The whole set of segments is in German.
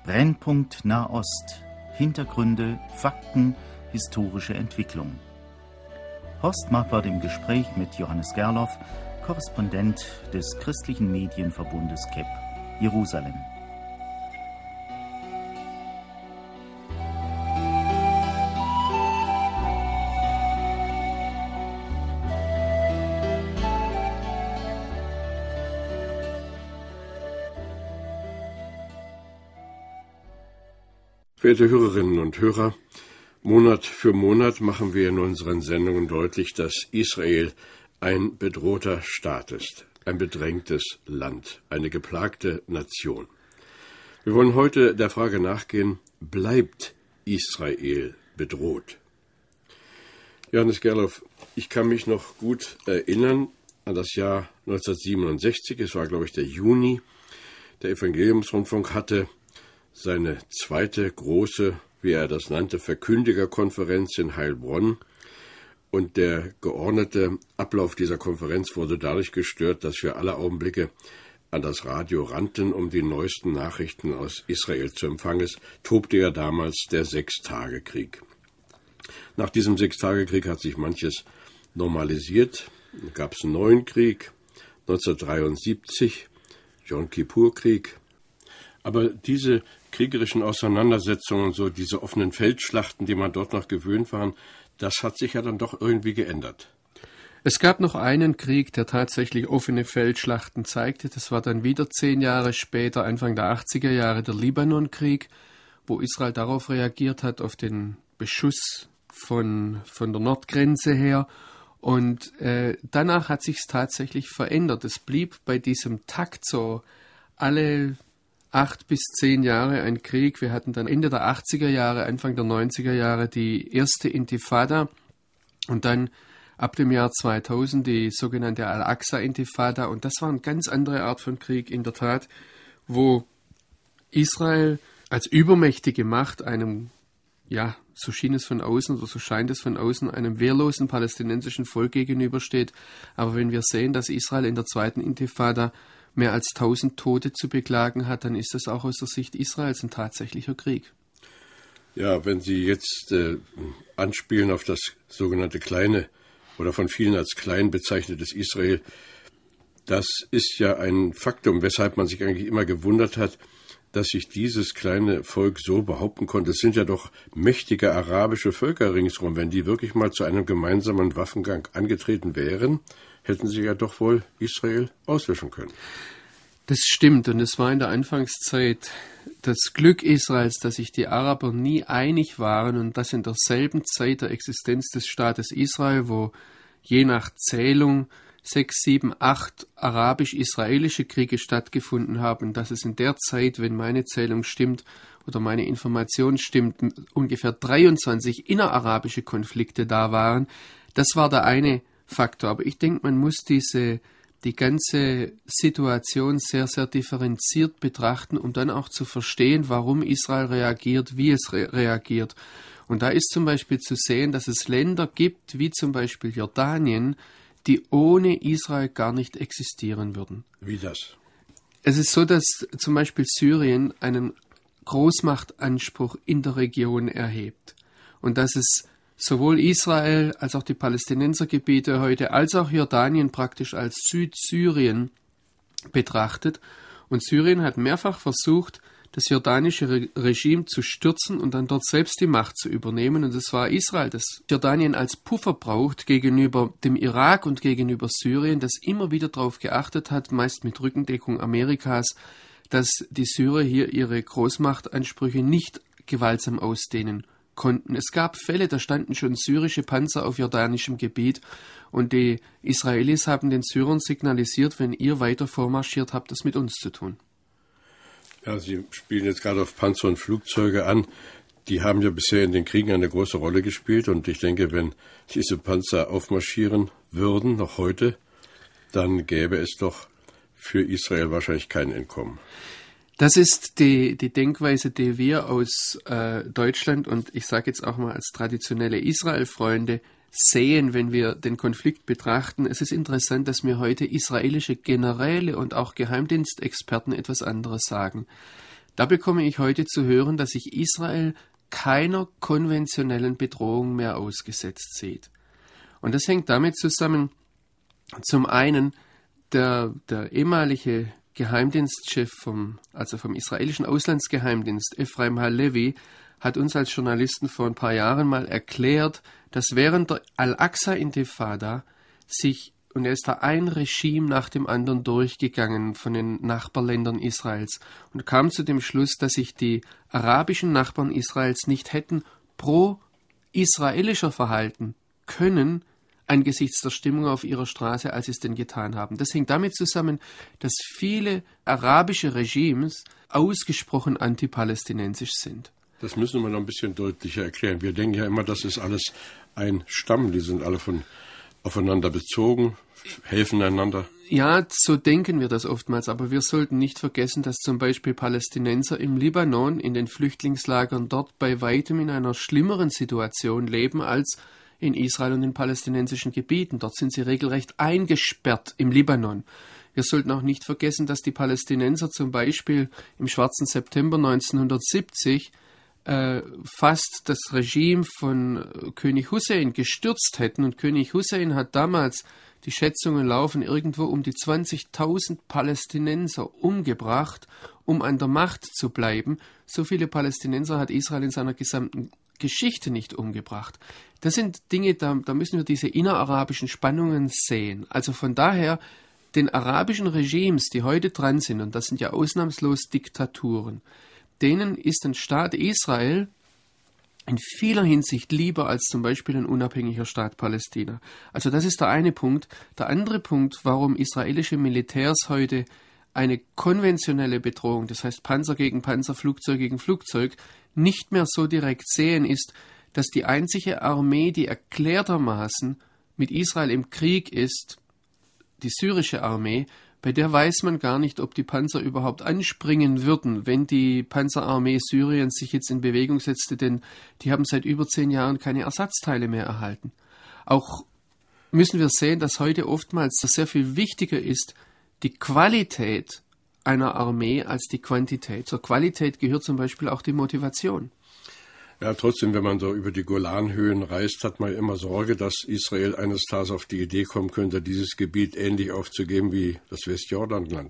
Brennpunkt Nahost. Hintergründe, Fakten, historische Entwicklung. Horst Marquardt im Gespräch mit Johannes Gerloff, Korrespondent des christlichen Medienverbundes KEP, Jerusalem. Verehrte Hörerinnen und Hörer, Monat für Monat machen wir in unseren Sendungen deutlich, dass Israel ein bedrohter Staat ist, ein bedrängtes Land, eine geplagte Nation. Wir wollen heute der Frage nachgehen, bleibt Israel bedroht? Johannes Gerloff, ich kann mich noch gut erinnern an das Jahr 1967, es war, glaube ich, der Juni. Der Evangeliumsrundfunk hatte seine zweite große, wie er das nannte, Verkündigerkonferenz in Heilbronn. Und der geordnete Ablauf dieser Konferenz wurde dadurch gestört, dass wir alle Augenblicke an das Radio rannten, um die neuesten Nachrichten aus Israel zu empfangen. Es tobte ja damals der Sechstagekrieg. Nach diesem Sechstagekrieg hat sich manches normalisiert. Da gab es einen neuen Krieg, 1973, Yom Kippur-Krieg. Aber diese kriegerischen Auseinandersetzungen, so diese offenen Feldschlachten, die man dort noch gewöhnt waren, das hat sich ja dann doch irgendwie geändert. Es gab noch einen Krieg, der tatsächlich offene Feldschlachten zeigte. Das war dann wieder 10 Jahre später, Anfang der 80er Jahre, der Libanonkrieg, wo Israel darauf reagiert hat, auf den Beschuss von der Nordgrenze her. Und danach hat sich es tatsächlich verändert. Es blieb bei diesem Takt so alle 8 bis 10 Jahre ein Krieg. Wir hatten dann Ende der 80er Jahre, Anfang der 90er Jahre die erste Intifada und dann ab dem Jahr 2000 die sogenannte Al-Aqsa-Intifada. Und das war eine ganz andere Art von Krieg in der Tat, wo Israel als übermächtige Macht einem, ja, so schien es von außen oder so scheint es von außen, einem wehrlosen palästinensischen Volk gegenübersteht. Aber wenn wir sehen, dass Israel in der zweiten Intifada mehr als 1000 Tote zu beklagen hat, dann ist das auch aus der Sicht Israels ein tatsächlicher Krieg. Ja, wenn Sie jetzt anspielen auf das sogenannte kleine oder von vielen als klein bezeichnetes Israel, das ist ja ein Faktum, weshalb man sich eigentlich immer gewundert hat, dass sich dieses kleine Volk so behaupten konnte. Es sind ja doch mächtige arabische Völker ringsherum. Wenn die wirklich mal zu einem gemeinsamen Waffengang angetreten wären, hätten sie ja doch wohl Israel auslöschen können. Das stimmt, und es war in der Anfangszeit das Glück Israels, dass sich die Araber nie einig waren und dass in derselben Zeit der Existenz des Staates Israel, wo je nach Zählung 6, 7, 8 arabisch-israelische Kriege stattgefunden haben, dass es in der Zeit, wenn meine Zählung stimmt oder meine Information stimmt, ungefähr 23 innerarabische Konflikte da waren. Das war der eine Faktor. Aber ich denke, man muss die ganze Situation sehr, sehr differenziert betrachten, um dann auch zu verstehen, warum Israel reagiert, wie es reagiert. Und da ist zum Beispiel zu sehen, dass es Länder gibt, wie zum Beispiel Jordanien, die ohne Israel gar nicht existieren würden. Wie das? Es ist so, dass zum Beispiel Syrien einen Großmachtanspruch in der Region erhebt. Und dass es sowohl Israel als auch die Palästinensergebiete heute, als auch Jordanien praktisch als Südsyrien betrachtet. Und Syrien hat mehrfach versucht, das jordanische Regime zu stürzen und dann dort selbst die Macht zu übernehmen. Und es war Israel, das Jordanien als Puffer braucht gegenüber dem Irak und gegenüber Syrien, das immer wieder darauf geachtet hat, meist mit Rückendeckung Amerikas, dass die Syrer hier ihre Großmachtansprüche nicht gewaltsam ausdehnen konnten. Es gab Fälle, da standen schon syrische Panzer auf jordanischem Gebiet und die Israelis haben den Syrern signalisiert, wenn ihr weiter vormarschiert, habt das mit uns zu tun. Ja, Sie spielen jetzt gerade auf Panzer und Flugzeuge an. Die haben ja bisher in den Kriegen eine große Rolle gespielt und ich denke, wenn diese Panzer aufmarschieren würden, noch heute, dann gäbe es doch für Israel wahrscheinlich kein Entkommen. Das ist die Denkweise, die wir aus Deutschland und ich sage jetzt auch mal als traditionelle Israel-Freunde sehen, wenn wir den Konflikt betrachten. Es ist interessant, dass mir heute israelische Generäle und auch Geheimdienstexperten etwas anderes sagen. Da bekomme ich heute zu hören, dass sich Israel keiner konventionellen Bedrohung mehr ausgesetzt sieht. Und das hängt damit zusammen, zum einen der ehemalige Geheimdienstchef vom israelischen Auslandsgeheimdienst, Ephraim Halevi, hat uns als Journalisten vor ein paar Jahren mal erklärt, dass während der Al-Aqsa-Intifada und er ist da ein Regime nach dem anderen durchgegangen von den Nachbarländern Israels und kam zu dem Schluss, dass sich die arabischen Nachbarn Israels nicht hätten pro-israelischer verhalten können, angesichts der Stimmung auf ihrer Straße, als sie es denn getan haben. Das hängt damit zusammen, dass viele arabische Regimes ausgesprochen antipalästinensisch sind. Das müssen wir noch ein bisschen deutlicher erklären. Wir denken ja immer, das ist alles ein Stamm, die sind alle aufeinander bezogen, helfen einander. Ja, so denken wir das oftmals, aber wir sollten nicht vergessen, dass zum Beispiel Palästinenser im Libanon, in den Flüchtlingslagern dort bei weitem in einer schlimmeren Situation leben als in Israel und in palästinensischen Gebieten. Dort sind sie regelrecht eingesperrt im Libanon. Wir sollten auch nicht vergessen, dass die Palästinenser zum Beispiel im Schwarzen September 1970 fast das Regime von König Hussein gestürzt hätten. Und König Hussein hat damals, die Schätzungen laufen, irgendwo um die 20.000 Palästinenser umgebracht, um an der Macht zu bleiben. So viele Palästinenser hat Israel in seiner gesamten Geschichte nicht umgebracht. Das sind Dinge, da müssen wir diese innerarabischen Spannungen sehen. Also von daher, den arabischen Regimes, die heute dran sind, und das sind ja ausnahmslos Diktaturen, denen ist ein Staat Israel in vieler Hinsicht lieber als zum Beispiel ein unabhängiger Staat Palästina. Also das ist der eine Punkt. Der andere Punkt, warum israelische Militärs heute eine konventionelle Bedrohung, das heißt Panzer gegen Panzer, Flugzeug gegen Flugzeug, nicht mehr so direkt sehen, ist, dass die einzige Armee, die erklärtermaßen mit Israel im Krieg ist, die syrische Armee, bei der weiß man gar nicht, ob die Panzer überhaupt anspringen würden, wenn die Panzerarmee Syriens sich jetzt in Bewegung setzte, denn die haben seit über 10 Jahren keine Ersatzteile mehr erhalten. Auch müssen wir sehen, dass heute oftmals sehr viel wichtiger ist, die Qualität einer Armee als die Quantität. Zur Qualität gehört zum Beispiel auch die Motivation. Ja, trotzdem, wenn man so über die Golanhöhen reist, hat man immer Sorge, dass Israel eines Tages auf die Idee kommen könnte, dieses Gebiet ähnlich aufzugeben wie das Westjordanland.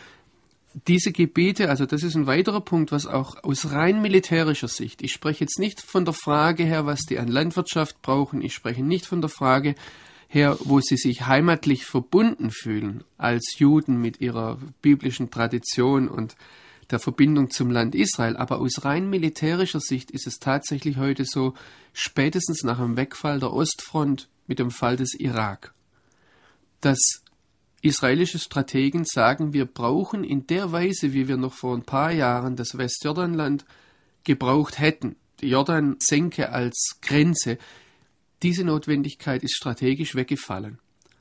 Diese Gebiete, also das ist ein weiterer Punkt, was auch aus rein militärischer Sicht, ich spreche jetzt nicht von der Frage her, was die an Landwirtschaft brauchen, ich spreche nicht von der Frage her, wo sie sich heimatlich verbunden fühlen als Juden mit ihrer biblischen Tradition und der Verbindung zum Land Israel. Aber aus rein militärischer Sicht ist es tatsächlich heute so, spätestens nach dem Wegfall der Ostfront mit dem Fall des Irak, dass israelische Strategen sagen, wir brauchen in der Weise, wie wir noch vor ein paar Jahren das Westjordanland gebraucht hätten, die Jordansenke als Grenze, diese Notwendigkeit ist strategisch weggefallen.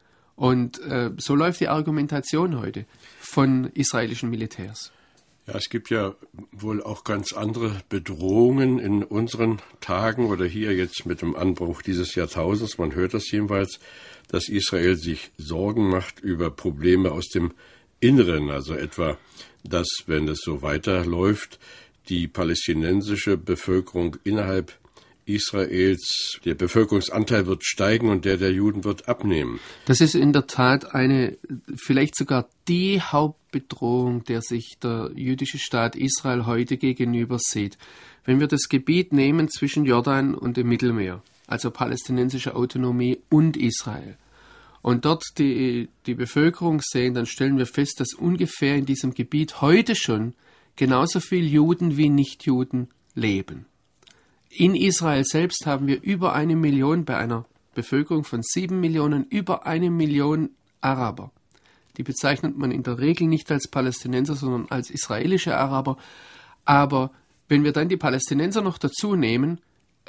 Und so läuft die Argumentation heute von israelischen Militärs. Ja, es gibt ja wohl auch ganz andere Bedrohungen in unseren Tagen oder hier jetzt mit dem Anbruch dieses Jahrtausends. Man hört das jedenfalls, dass Israel sich Sorgen macht über Probleme aus dem Inneren. Also etwa, dass, wenn es so weiterläuft, die palästinensische Bevölkerung innerhalb Israels, der Bevölkerungsanteil wird steigen und der Juden wird abnehmen. Das ist in der Tat vielleicht sogar die Hauptbedrohung, der sich der jüdische Staat Israel heute gegenüber sieht. Wenn wir das Gebiet nehmen zwischen Jordan und dem Mittelmeer, also palästinensische Autonomie und Israel, und dort die Bevölkerung sehen, dann stellen wir fest, dass ungefähr in diesem Gebiet heute schon genauso viel Juden wie Nichtjuden leben. In Israel selbst haben wir über 1 Million, bei einer Bevölkerung von 7 Millionen, über 1 Million Araber. Die bezeichnet man in der Regel nicht als Palästinenser, sondern als israelische Araber. Aber wenn wir dann die Palästinenser noch dazu nehmen,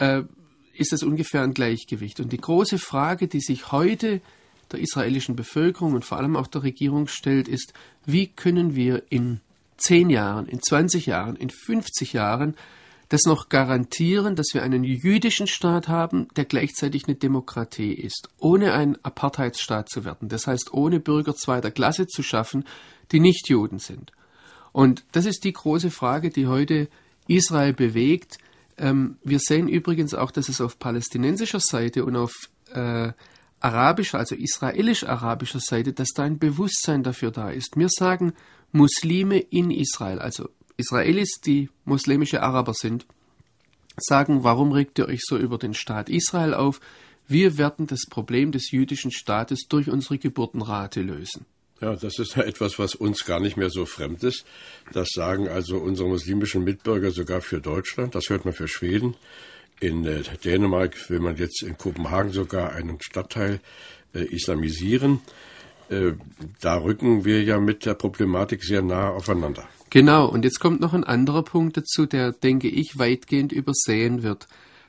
ist das ungefähr ein Gleichgewicht. Und die große Frage, die sich heute der israelischen Bevölkerung und vor allem auch der Regierung stellt, ist, wie können wir in 10 Jahren, in 20 Jahren, in 50 Jahren das noch garantieren, dass wir einen jüdischen Staat haben, der gleichzeitig eine Demokratie ist, ohne ein Apartheidsstaat zu werden. Das heißt, ohne Bürger zweiter Klasse zu schaffen, die nicht Juden sind. Und das ist die große Frage, die heute Israel bewegt. Wir sehen übrigens auch, dass es auf palästinensischer Seite und auf arabischer, also israelisch-arabischer Seite, dass da ein Bewusstsein dafür da ist. Wir sagen Muslime in Israel, also Israelis, die muslimische Araber sind, sagen, warum regt ihr euch so über den Staat Israel auf? Wir werden das Problem des jüdischen Staates durch unsere Geburtenrate lösen. Ja, das ist ja etwas, was uns gar nicht mehr so fremd ist. Das sagen also unsere muslimischen Mitbürger sogar für Deutschland. Das hört man für Schweden. In Dänemark will man jetzt in Kopenhagen sogar einen Stadtteil islamisieren. Da rücken wir ja mit der Problematik sehr nah aufeinander. Genau, und jetzt kommt noch ein anderer Punkt dazu, der, denke ich, weitgehend übersehen wird.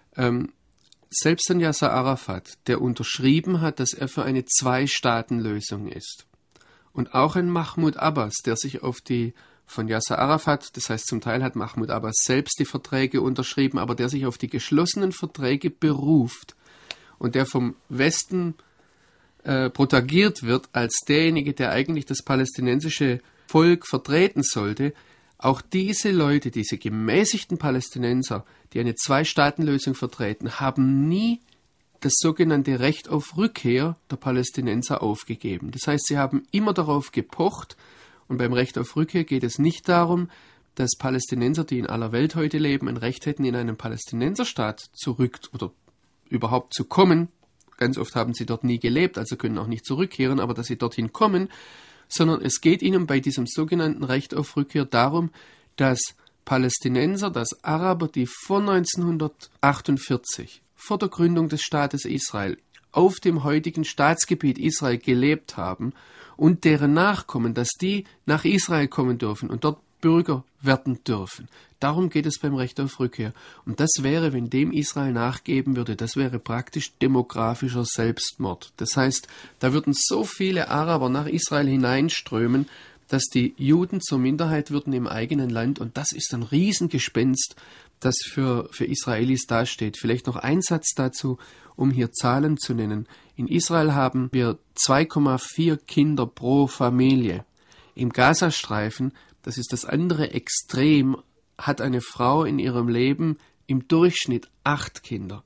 Selbst ein Yasser Arafat, der unterschrieben hat, dass er für eine Zwei-Staaten-Lösung ist. Und auch ein Mahmoud Abbas, der sich auf die von Yasser Arafat, das heißt zum Teil hat Mahmoud Abbas selbst die Verträge unterschrieben, aber der sich auf die geschlossenen Verträge beruft und der vom Westen protagiert wird als derjenige, der eigentlich das palästinensische Volk vertreten sollte, auch diese Leute, diese gemäßigten Palästinenser, die eine Zwei-Staaten-Lösung vertreten, haben nie das sogenannte Recht auf Rückkehr der Palästinenser aufgegeben. Das heißt, sie haben immer darauf gepocht, und beim Recht auf Rückkehr geht es nicht darum, dass Palästinenser, die in aller Welt heute leben, ein Recht hätten, in einen Palästinenserstaat zurück oder überhaupt zu kommen. Ganz oft haben sie dort nie gelebt, also können auch nicht zurückkehren, aber dass sie dorthin kommen, sondern es geht ihnen bei diesem sogenannten Recht auf Rückkehr darum, dass Palästinenser, dass Araber, die vor 1948, vor der Gründung des Staates Israel, auf dem heutigen Staatsgebiet Israel gelebt haben und deren Nachkommen, dass die nach Israel kommen dürfen und dort Bürger werden dürfen. Darum geht es beim Recht auf Rückkehr. Und das wäre, wenn dem Israel nachgeben würde, das wäre praktisch demografischer Selbstmord. Das heißt, da würden so viele Araber nach Israel hineinströmen, dass die Juden zur Minderheit würden im eigenen Land. Und das ist ein Riesengespenst, das für Israelis dasteht. Vielleicht noch ein Satz dazu, um hier Zahlen zu nennen. In Israel haben wir 2,4 Kinder pro Familie. Im Gazastreifen, das ist das andere Extrem, hat eine Frau in ihrem Leben im Durchschnitt 8 Kinder.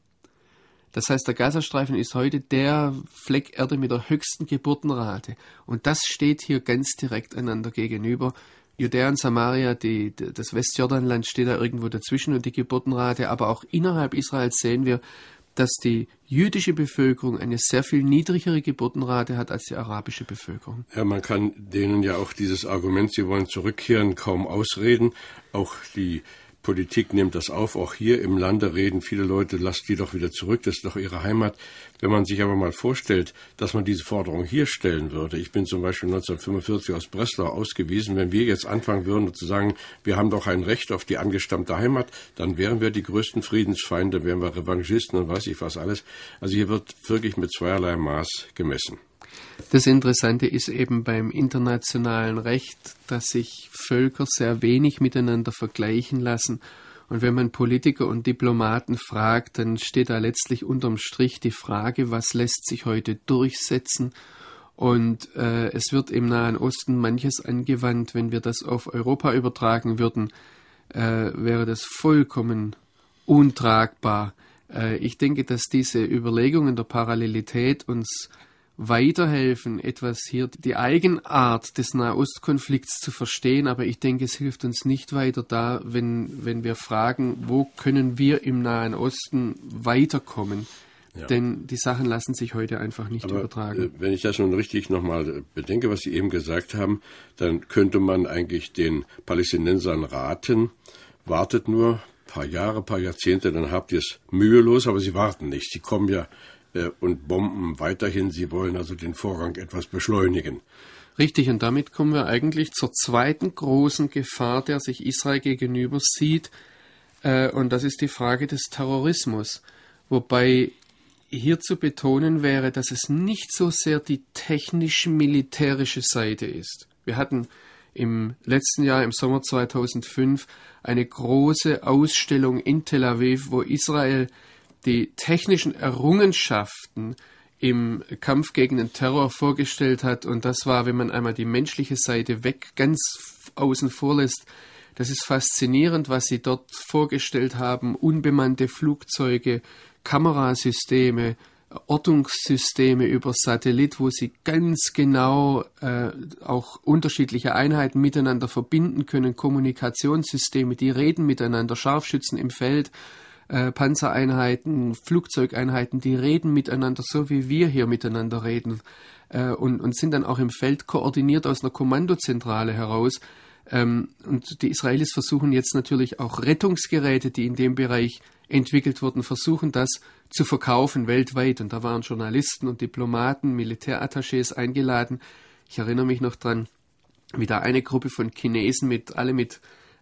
Das heißt, der Gazastreifen ist heute der Fleck Erde mit der höchsten Geburtenrate. Und das steht hier ganz direkt einander gegenüber. Judäa und Samaria, das Westjordanland steht da irgendwo dazwischen und die Geburtenrate. Aber auch innerhalb Israels sehen wir, dass die jüdische Bevölkerung eine sehr viel niedrigere Geburtenrate hat als die arabische Bevölkerung. Ja, man kann denen ja auch dieses Argument, sie wollen zurückkehren, kaum ausreden. Auch die Politik nimmt das auf. Auch hier im Lande reden viele Leute, lasst die doch wieder zurück, das ist doch ihre Heimat. Wenn man sich aber mal vorstellt, dass man diese Forderung hier stellen würde. Ich bin zum Beispiel 1945 aus Breslau ausgewiesen. Wenn wir jetzt anfangen würden zu sagen, wir haben doch ein Recht auf die angestammte Heimat, dann wären wir die größten Friedensfeinde, wären wir Revanchisten und weiß ich was alles. Also hier wird wirklich mit zweierlei Maß gemessen. Das Interessante ist eben beim internationalen Recht, dass sich Völker sehr wenig miteinander vergleichen lassen. Und wenn man Politiker und Diplomaten fragt, dann steht da letztlich unterm Strich die Frage, was lässt sich heute durchsetzen? Und es wird im Nahen Osten manches angewandt. Wenn wir das auf Europa übertragen würden, wäre das vollkommen untragbar. Ich denke, dass diese Überlegungen der Parallelität uns weiterhelfen, etwas hier die Eigenart des Nahostkonflikts zu verstehen, aber ich denke, es hilft uns nicht weiter da, wenn wir fragen, wo können wir im Nahen Osten weiterkommen, denn die Sachen lassen sich heute einfach nicht übertragen. Wenn ich das nun richtig nochmal bedenke, was Sie eben gesagt haben, dann könnte man eigentlich den Palästinensern raten, wartet nur ein paar Jahre, ein paar Jahrzehnte, dann habt ihr es mühelos, aber sie warten nicht, sie kommen ja und bomben weiterhin. Sie wollen also den Vorgang etwas beschleunigen. Richtig, und damit kommen wir eigentlich zur zweiten großen Gefahr, der sich Israel gegenüber sieht, und das ist die Frage des Terrorismus. Wobei hier zu betonen wäre, dass es nicht so sehr die technisch-militärische Seite ist. Wir hatten im letzten Jahr, im Sommer 2005, eine große Ausstellung in Tel Aviv, wo Israel die technischen Errungenschaften im Kampf gegen den Terror vorgestellt hat. Und das war, wenn man einmal die menschliche Seite ganz außen vor lässt. Das ist faszinierend, was sie dort vorgestellt haben. Unbemannte Flugzeuge, Kamerasysteme, Ortungssysteme über Satellit, wo sie ganz genau auch unterschiedliche Einheiten miteinander verbinden können, Kommunikationssysteme, die reden miteinander, Scharfschützen im Feld, Panzereinheiten, Flugzeugeinheiten, die reden miteinander, so wie wir hier miteinander reden, und sind dann auch im Feld koordiniert aus einer Kommandozentrale heraus. Und die Israelis versuchen jetzt natürlich auch Rettungsgeräte, die in dem Bereich entwickelt wurden, versuchen das zu verkaufen weltweit. Und da waren Journalisten und Diplomaten, Militärattachés eingeladen. Ich erinnere mich noch dran, wie da eine Gruppe von Chinesen alle mit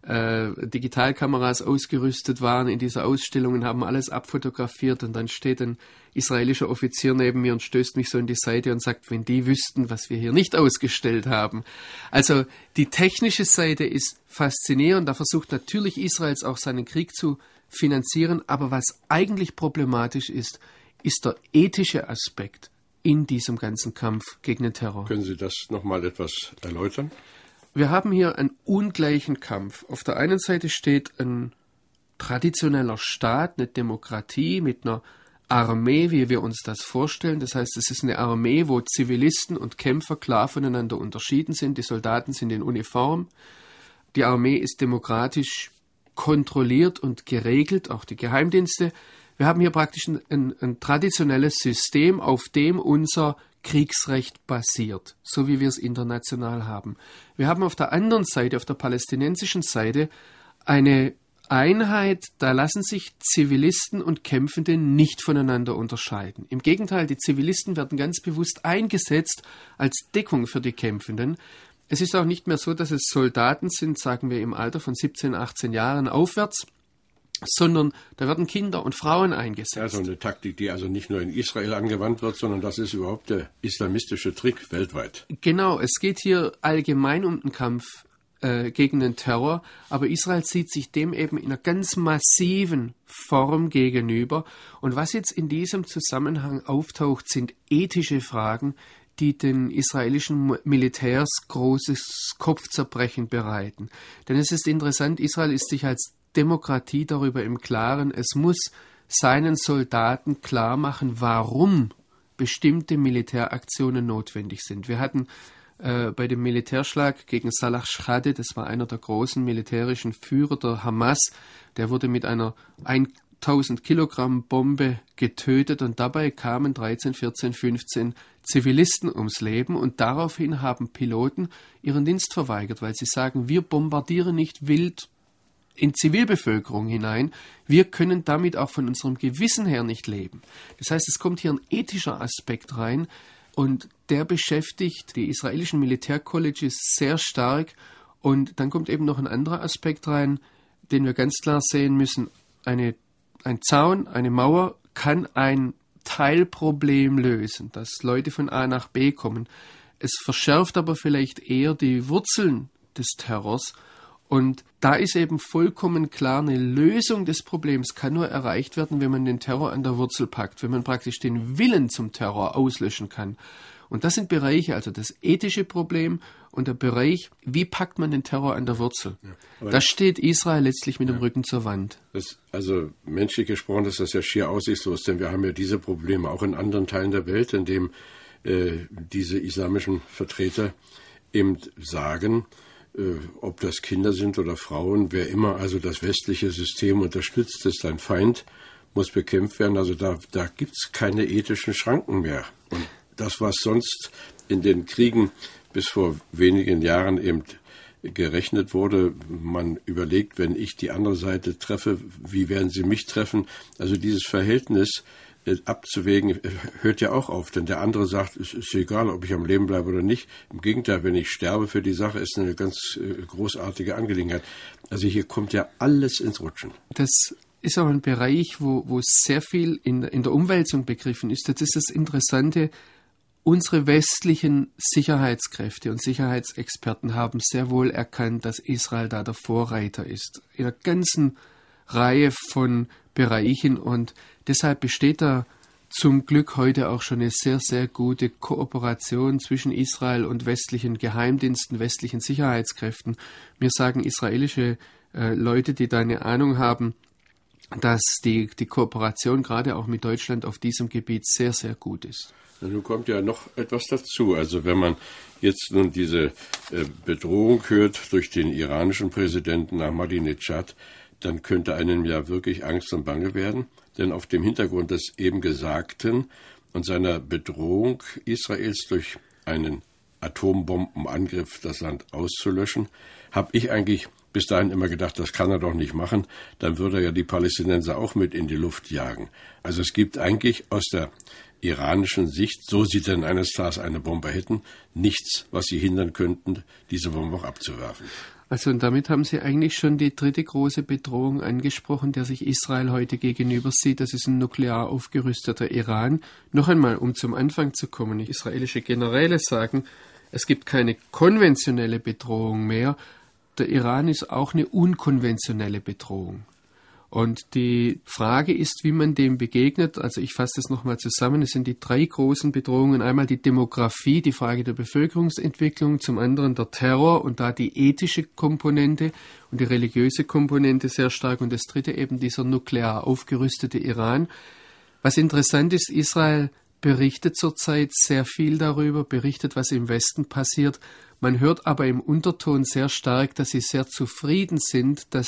Digitalkameras ausgerüstet waren in dieser Ausstellung und haben alles abfotografiert. Und dann steht ein israelischer Offizier neben mir und stößt mich so in die Seite und sagt, wenn die wüssten, was wir hier nicht ausgestellt haben. Also die technische Seite ist faszinierend. Da versucht natürlich Israel auch seinen Krieg zu finanzieren. Aber was eigentlich problematisch ist, ist der ethische Aspekt in diesem ganzen Kampf gegen den Terror. Können Sie das nochmal etwas erläutern? Wir haben hier einen ungleichen Kampf. Auf der einen Seite steht ein traditioneller Staat, eine Demokratie mit einer Armee, wie wir uns das vorstellen. Das heißt, es ist eine Armee, wo Zivilisten und Kämpfer klar voneinander unterschieden sind. Die Soldaten sind in Uniform. Die Armee ist demokratisch kontrolliert und geregelt, auch die Geheimdienste. Wir haben hier praktisch ein traditionelles System, auf dem unser Kriegsrecht basiert, so wie wir es international haben. Wir haben auf der anderen Seite, auf der palästinensischen Seite, eine Einheit, da lassen sich Zivilisten und Kämpfende nicht voneinander unterscheiden. Im Gegenteil, die Zivilisten werden ganz bewusst eingesetzt als Deckung für die Kämpfenden. Es ist auch nicht mehr so, dass es Soldaten sind, sagen wir im Alter von 17, 18 Jahren aufwärts, sondern da werden Kinder und Frauen eingesetzt. Also eine Taktik, die also nicht nur in Israel angewandt wird, sondern das ist überhaupt der islamistische Trick weltweit. Genau, es geht hier allgemein um den Kampf gegen den Terror, aber Israel sieht sich dem eben in einer ganz massiven Form gegenüber. Und was jetzt in diesem Zusammenhang auftaucht, sind ethische Fragen, die den israelischen Militärs großes Kopfzerbrechen bereiten. Denn es ist interessant, Israel ist sich als Demokratie darüber im Klaren, es muss seinen Soldaten klar machen, warum bestimmte Militäraktionen notwendig sind. Wir hatten bei dem Militärschlag gegen Salah Schhadeh, das war einer der großen militärischen Führer der Hamas, der wurde mit einer 1000 Kilogramm Bombe getötet und dabei kamen 13, 14, 15 Zivilisten ums Leben und daraufhin haben Piloten ihren Dienst verweigert, weil sie sagen, wir bombardieren nicht wild in Zivilbevölkerung hinein, wir können damit auch von unserem Gewissen her nicht leben. Das heißt, es kommt hier ein ethischer Aspekt rein und der beschäftigt die israelischen Militärcolleges sehr stark und dann kommt eben noch ein anderer Aspekt rein, den wir ganz klar sehen müssen. Ein Zaun, eine Mauer kann ein Teilproblem lösen, dass Leute von A nach B kommen. Es verschärft aber vielleicht eher die Wurzeln des Terrors. Und da ist eben vollkommen klar, eine Lösung des Problems kann nur erreicht werden, wenn man den Terror an der Wurzel packt, wenn man praktisch den Willen zum Terror auslöschen kann. Und das sind Bereiche, also das ethische Problem und der Bereich, wie packt man den Terror an der Wurzel. Ja, da steht Israel letztlich mit dem Rücken zur Wand. Also menschlich gesprochen ist das ja schier aussichtslos, denn wir haben ja diese Probleme auch in anderen Teilen der Welt, in dem diese islamischen Vertreter eben sagen, ob das Kinder sind oder Frauen, wer immer also das westliche System unterstützt, ist ein Feind, muss bekämpft werden. Also da gibt es keine ethischen Schranken mehr. Und das, was sonst in den Kriegen bis vor wenigen Jahren eben gerechnet wurde, man überlegt, wenn ich die andere Seite treffe, wie werden sie mich treffen? Also dieses Verhältnis abzuwägen, hört ja auch auf, denn der andere sagt, es ist egal, ob ich am Leben bleibe oder nicht. Im Gegenteil, wenn ich sterbe für die Sache, ist eine ganz großartige Angelegenheit. Also hier kommt ja alles ins Rutschen. Das ist auch ein Bereich, wo sehr viel in der Umwälzung begriffen ist. Das ist das Interessante. Unsere westlichen Sicherheitskräfte und Sicherheitsexperten haben sehr wohl erkannt, dass Israel da der Vorreiter ist. In einer ganzen Reihe von Bereichen und deshalb besteht da zum Glück heute auch schon eine sehr, sehr gute Kooperation zwischen Israel und westlichen Geheimdiensten, westlichen Sicherheitskräften. Mir sagen israelische Leute, die da eine Ahnung haben, dass die Kooperation gerade auch mit Deutschland auf diesem Gebiet sehr, sehr gut ist. Nun kommt ja noch etwas dazu. Also wenn man jetzt nun diese Bedrohung hört durch den iranischen Präsidenten Ahmadinejad, dann könnte einem ja wirklich Angst und Bange werden. Denn auf dem Hintergrund des eben Gesagten und seiner Bedrohung Israels durch einen Atombombenangriff das Land auszulöschen, habe ich eigentlich bis dahin immer gedacht, das kann er doch nicht machen. Dann würde er ja die Palästinenser auch mit in die Luft jagen. Also es gibt eigentlich aus der iranischen Sicht, so sie denn eines Tages eine Bombe hätten, nichts, was sie hindern könnten, diese Bombe auch abzuwerfen. Also und damit haben Sie eigentlich schon die dritte große Bedrohung angesprochen, der sich Israel heute gegenüber sieht. Das ist ein nuklear aufgerüsteter Iran. Noch einmal, um zum Anfang zu kommen, israelische Generäle sagen, es gibt keine konventionelle Bedrohung mehr. Der Iran ist auch eine unkonventionelle Bedrohung. Und die Frage ist, wie man dem begegnet. Also ich fasse das nochmal zusammen. Es sind die drei großen Bedrohungen. Einmal die Demografie, die Frage der Bevölkerungsentwicklung, zum anderen der Terror und da die ethische Komponente und die religiöse Komponente sehr stark. Und das dritte eben dieser nuklear aufgerüstete Iran. Was interessant ist, Israel berichtet zurzeit sehr viel darüber, berichtet, was im Westen passiert. Man hört aber im Unterton sehr stark, dass sie sehr zufrieden sind, dass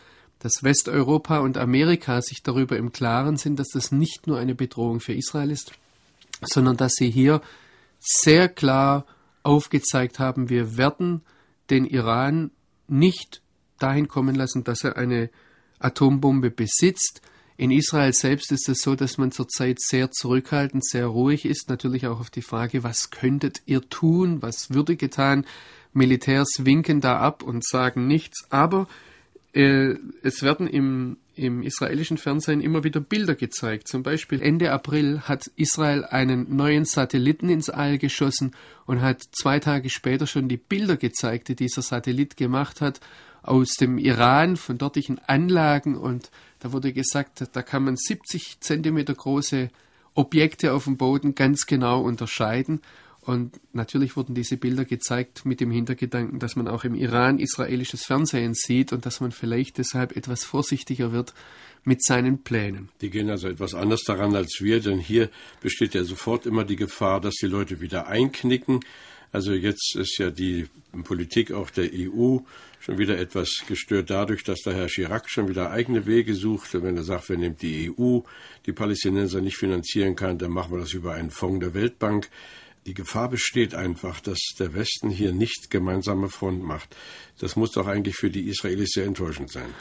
Westeuropa und Amerika sich darüber im Klaren sind, dass das nicht nur eine Bedrohung für Israel ist, sondern dass sie hier sehr klar aufgezeigt haben, wir werden den Iran nicht dahin kommen lassen, dass er eine Atombombe besitzt. In Israel selbst ist es so, dass man zurzeit sehr zurückhaltend, sehr ruhig ist. Natürlich auch auf die Frage, was könntet ihr tun, was würde getan. Militärs winken da ab und sagen nichts, aber es werden im israelischen Fernsehen immer wieder Bilder gezeigt. Zum Beispiel Ende April hat Israel einen neuen Satelliten ins All geschossen und hat 2 Tage später schon die Bilder gezeigt, die dieser Satellit gemacht hat, aus dem Iran, von dortigen Anlagen. Und da wurde gesagt, da kann man 70 Zentimeter große Objekte auf dem Boden ganz genau unterscheiden. Und natürlich wurden diese Bilder gezeigt mit dem Hintergedanken, dass man auch im Iran israelisches Fernsehen sieht und dass man vielleicht deshalb etwas vorsichtiger wird mit seinen Plänen. Die gehen also etwas anders daran als wir, denn hier besteht ja sofort immer die Gefahr, dass die Leute wieder einknicken. Also jetzt ist ja die Politik auch der EU schon wieder etwas gestört dadurch, dass der Herr Chirac schon wieder eigene Wege sucht. Wenn er sagt, wenn die EU die Palästinenser nicht finanzieren kann, dann machen wir das über einen Fonds der Weltbank. Die Gefahr besteht einfach, dass der Westen hier nicht gemeinsame Front macht. Das muss doch eigentlich für die Israelis sehr enttäuschend sein.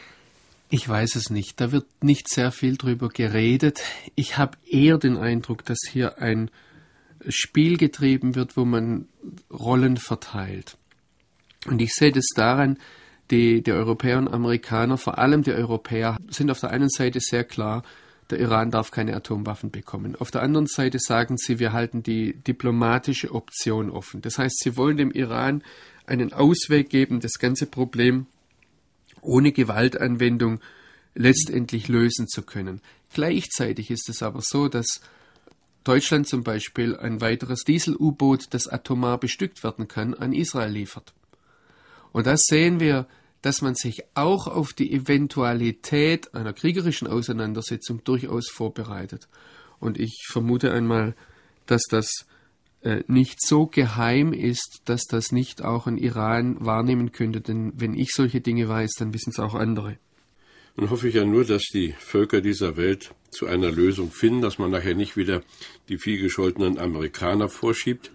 Ich weiß es nicht. Da wird nicht sehr viel drüber geredet. Ich habe eher den Eindruck, dass hier ein Spiel getrieben wird, wo man Rollen verteilt. Und ich sehe das daran, die Europäer und Amerikaner, vor allem die Europäer, sind auf der einen Seite sehr klar, der Iran darf keine Atomwaffen bekommen. Auf der anderen Seite sagen sie, wir halten die diplomatische Option offen. Das heißt, sie wollen dem Iran einen Ausweg geben, das ganze Problem ohne Gewaltanwendung letztendlich lösen zu können. Gleichzeitig ist es aber so, dass Deutschland zum Beispiel ein weiteres Diesel-U-Boot, das atomar bestückt werden kann, an Israel liefert. Und da sehen wir, dass man sich auch auf die Eventualität einer kriegerischen Auseinandersetzung durchaus vorbereitet. Und ich vermute einmal, dass das nicht so geheim ist, dass das nicht auch ein Iran wahrnehmen könnte. Denn wenn ich solche Dinge weiß, dann wissen es auch andere. Nun hoffe ich ja nur, dass die Völker dieser Welt zu einer Lösung finden, dass man nachher nicht wieder die vielgescholtenen Amerikaner vorschiebt,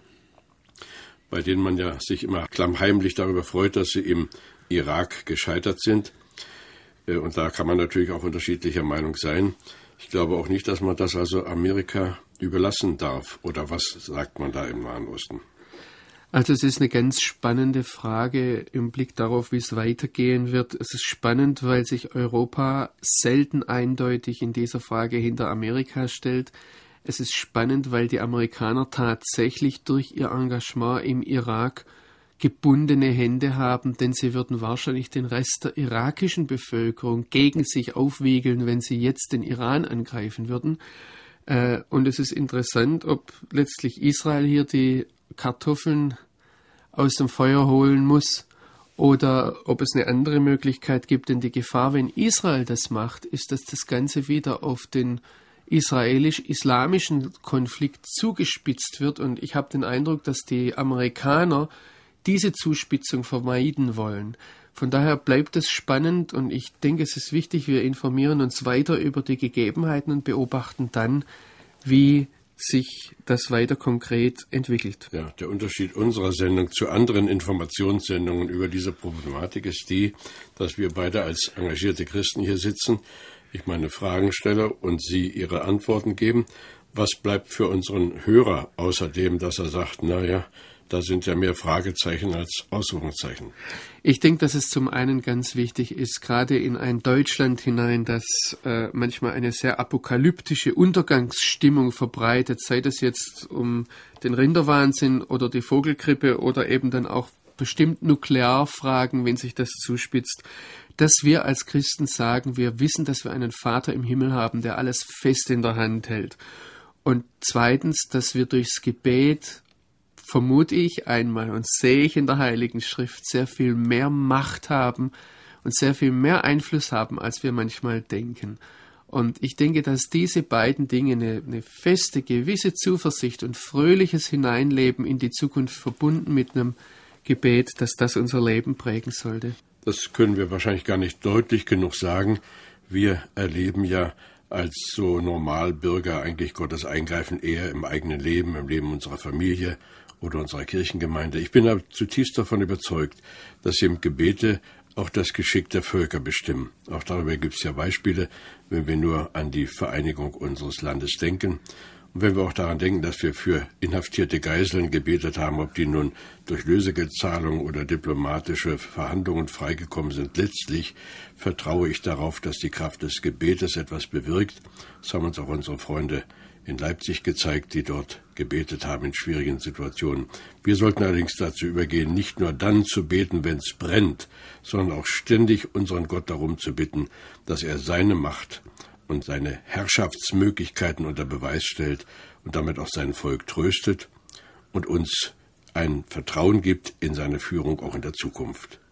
bei denen man ja sich immer klammheimlich darüber freut, dass sie im Irak gescheitert sind. Und da kann man natürlich auch unterschiedlicher Meinung sein. Ich glaube auch nicht, dass man das also Amerika überlassen darf. Oder was sagt man da im Nahen Osten? Also es ist eine ganz spannende Frage im Blick darauf, wie es weitergehen wird. Es ist spannend, weil sich Europa selten eindeutig in dieser Frage hinter Amerika stellt. Es ist spannend, weil die Amerikaner tatsächlich durch ihr Engagement im Irak gebundene Hände haben, denn sie würden wahrscheinlich den Rest der irakischen Bevölkerung gegen sich aufwiegeln, wenn sie jetzt den Iran angreifen würden. Und es ist interessant, ob letztlich Israel hier die Kartoffeln aus dem Feuer holen muss oder ob es eine andere Möglichkeit gibt. Denn die Gefahr, wenn Israel das macht, ist, dass das Ganze wieder auf den israelisch-islamischen Konflikt zugespitzt wird. Und ich habe den Eindruck, dass die Amerikaner diese Zuspitzung vermeiden wollen. Von daher bleibt es spannend und ich denke, es ist wichtig, wir informieren uns weiter über die Gegebenheiten und beobachten dann, wie sich das weiter konkret entwickelt. Ja, der Unterschied unserer Sendung zu anderen Informationssendungen über diese Problematik ist die, dass wir beide als engagierte Christen hier sitzen, ich meine Fragen stelle und Sie Ihre Antworten geben. Was bleibt für unseren Hörer außerdem, dass er sagt, naja, da sind ja mehr Fragezeichen als Ausrufungszeichen? Ich denke, dass es zum einen ganz wichtig ist, gerade in ein Deutschland hinein, das manchmal eine sehr apokalyptische Untergangsstimmung verbreitet, sei das jetzt um den Rinderwahnsinn oder die Vogelgrippe oder eben dann auch bestimmt Nuklearfragen, wenn sich das zuspitzt, dass wir als Christen sagen, wir wissen, dass wir einen Vater im Himmel haben, der alles fest in der Hand hält. Und zweitens, dass wir durchs Gebet, vermute ich einmal und sehe ich in der Heiligen Schrift, sehr viel mehr Macht haben und sehr viel mehr Einfluss haben, als wir manchmal denken. Und ich denke, dass diese beiden Dinge, eine feste, gewisse Zuversicht und fröhliches Hineinleben in die Zukunft verbunden mit einem Gebet, dass das unser Leben prägen sollte. Das können wir wahrscheinlich gar nicht deutlich genug sagen. Wir erleben ja als so Normalbürger eigentlich Gottes Eingreifen eher im eigenen Leben, im Leben unserer Familie oder unserer Kirchengemeinde. Ich bin aber zutiefst davon überzeugt, dass eben Gebete auch das Geschick der Völker bestimmen. Auch darüber gibt es ja Beispiele, wenn wir nur an die Vereinigung unseres Landes denken. Und wenn wir auch daran denken, dass wir für inhaftierte Geiseln gebetet haben, ob die nun durch Lösegeldzahlungen oder diplomatische Verhandlungen freigekommen sind, letztlich vertraue ich darauf, dass die Kraft des Gebetes etwas bewirkt. Das haben uns auch unsere Freunde in Leipzig gezeigt, die dort gebetet haben in schwierigen Situationen. Wir sollten allerdings dazu übergehen, nicht nur dann zu beten, wenn es brennt, sondern auch ständig unseren Gott darum zu bitten, dass er seine Macht und seine Herrschaftsmöglichkeiten unter Beweis stellt und damit auch sein Volk tröstet und uns ein Vertrauen gibt in seine Führung auch in der Zukunft.